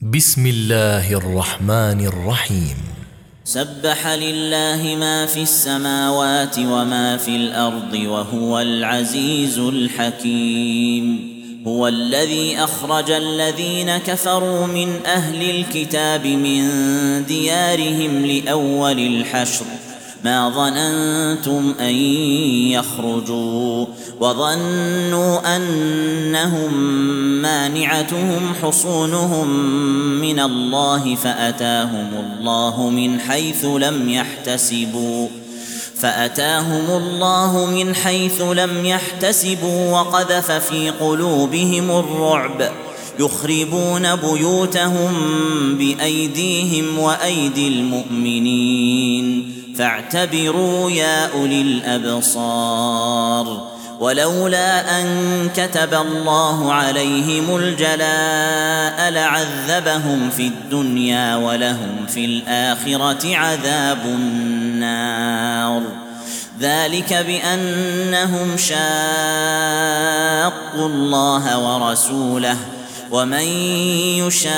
بسم الله الرحمن الرحيم. سبح لله ما في السماوات وما في الأرض وهو العزيز الحكيم. هو الذي أخرج الذين كفروا من أهل الكتاب من ديارهم لأول الحشر ما ظننتم أن يخرجوا وظنوا أنهم مانعتهم حصونهم من الله فأتاهم الله من حيث لم يحتسبوا وقذف في قلوبهم الرعب يخربون بيوتهم بأيديهم وأيدي المؤمنين فاعتبروا يا أولي الأبصار. ولولا أن كتب الله عليهم الجلاء لعذبهم في الدنيا ولهم في الآخرة عذاب النار. ذلك بأنهم شاقوا الله ورسوله ومن يشاق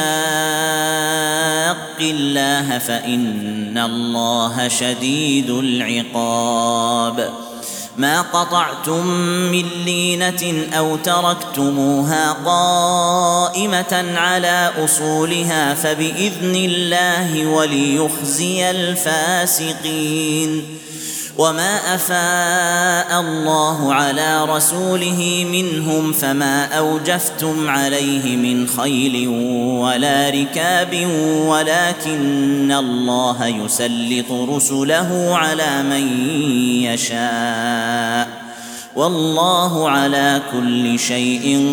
الله فإن الله شديد العقاب. ما قطعتم من لينة أو تركتموها قائمة على أصولها فبإذن الله وليخزي الفاسقين. وما أفاء الله على رسوله منهم فما أوجفتم عليه من خيل ولا ركاب ولكن الله يسلط رسله على من يشاء والله على كل شيء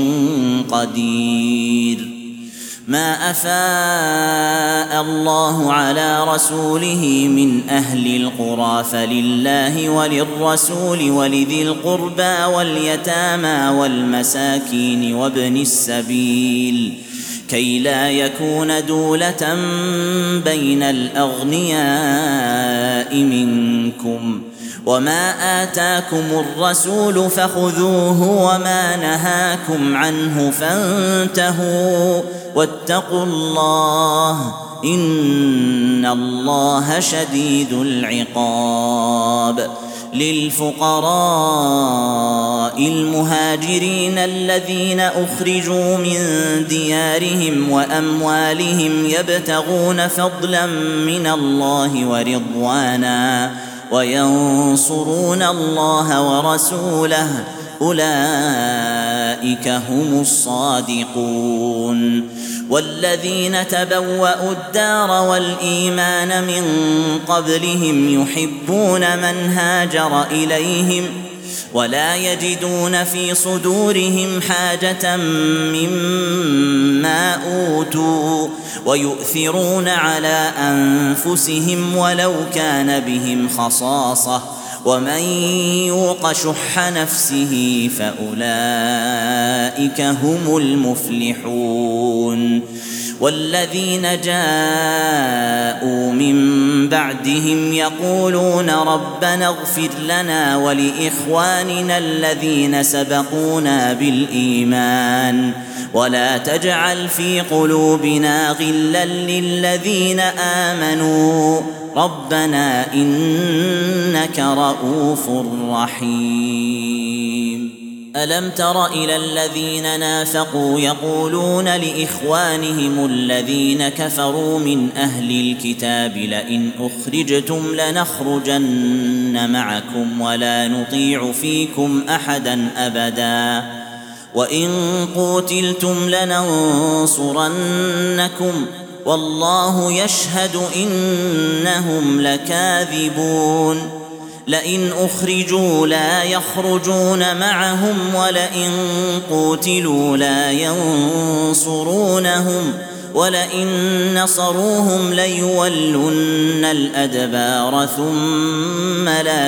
قدير. ما أفاء الله على رسوله من أهل القرى فلله وللرسول ولذي القربى واليتامى والمساكين وابن السبيل كي لا يكون دولة بين الأغنياء منكم. وما آتاكم الرسول فخذوه وما نهاكم عنه فانتهوا واتقوا الله إن الله شديد العقاب. للفقراء المهاجرين الذين أخرجوا من ديارهم وأموالهم يبتغون فضلا من الله ورضوانا وينصرون الله ورسوله أولئك هم الصادقون. والذين تبوأوا الدار والإيمان من قبلهم يحبون من هاجر إليهم ولا يجدون في صدورهم حاجة مما أوتوا ويؤثرون على أنفسهم ولو كان بهم خصاصة ومن يوق شح نفسه فأولئك هم المفلحون. والذين جاءوا من بعدهم يقولون ربنا اغفر لنا ولإخواننا الذين سبقونا بالإيمان ولا تجعل في قلوبنا غلا للذين آمنوا ربنا إنك رؤوف رحيم. ألم تر إلى الذين نافقوا يقولون لإخوانهم الذين كفروا من أهل الكتاب لئن أخرجتم لنخرجن معكم ولا نطيع فيكم أحدا أبدا وإن قوتلتم لننصرنكم والله يشهد إنهم لكاذبون. لئن أخرجوا لا يخرجون معهم ولئن قوتلوا لا ينصرونهم ولئن نصروهم ليولن الأدبار ثم لا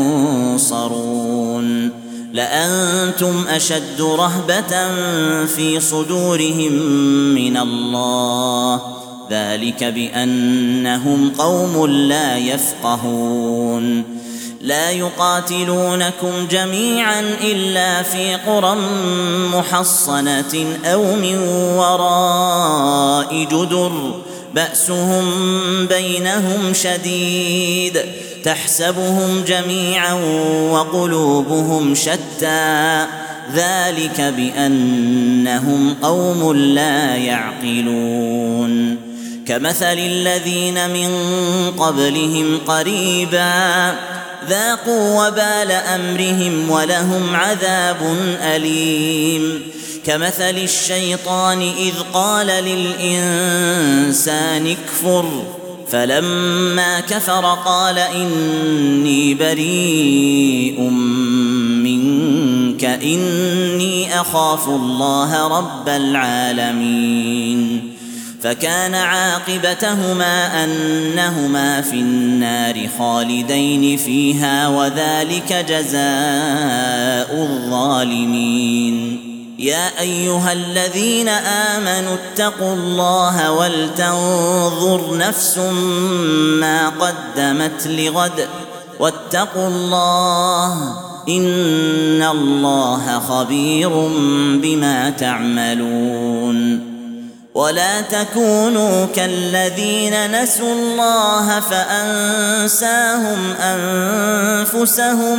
ينصرون. لأنتم أشد رهبة في صدورهم من الله ذلك بأنهم قوم لا يفقهون. لا يقاتلونكم جميعا إلا في قرى محصنة أو من وراء وراء جدر بأسهم بينهم شديد تحسبهم جميعا وقلوبهم شتى ذلك بأنهم قوم لا يعقلون كمثل الذين من قبلهم قريبا ذاقوا وبال أمرهم ولهم عذاب أليم كمثل الشيطان إذ قال للإنسان اكفر فلما كفر قال إني بريء منك إني أخاف الله رب العالمين فكان عاقبتهما أنهما في النار خالدين فيها وذلك جزاء الظالمين يا أيها الذين آمنوا اتقوا الله ولتنظر نفس ما قدمت لغد واتقوا الله إن الله خبير بما تعملون ولا تكونوا كالذين نسوا الله فأنساهم أنفسهم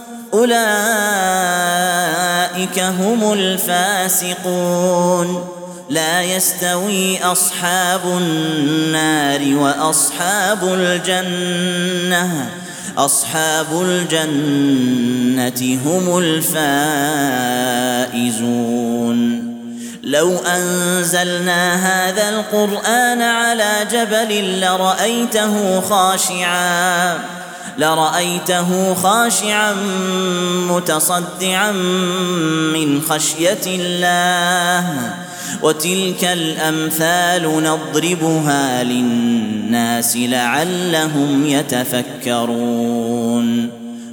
أولئك هم الفاسقون لا يستوي أصحاب النار وأصحاب الجنة أصحاب الجنة هم الفائزون لو أنزلنا هذا القرآن على جبل لرأيته خاشعا متصدعا من خشية الله وتلك الأمثال نضربها للناس لعلهم يتفكرون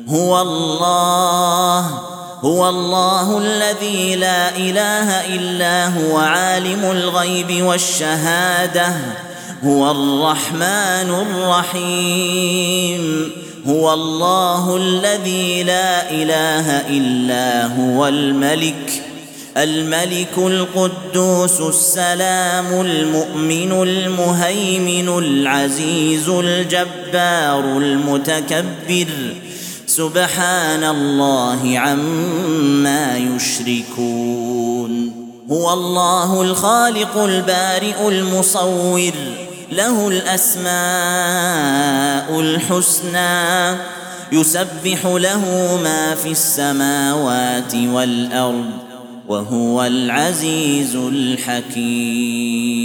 هو الله الذي لا إله إلا هو عالم الغيب والشهادة هو الرحمن الرحيم هو الله الذي لا إله إلا هو الملك القدوس السلام المؤمن المهيمن العزيز الجبار المتكبر سبحان الله عما يشركون هو الله الخالق البارئ المصور له الأسماء الحسنى يسبح له ما في السماوات والأرض وهو العزيز الحكيم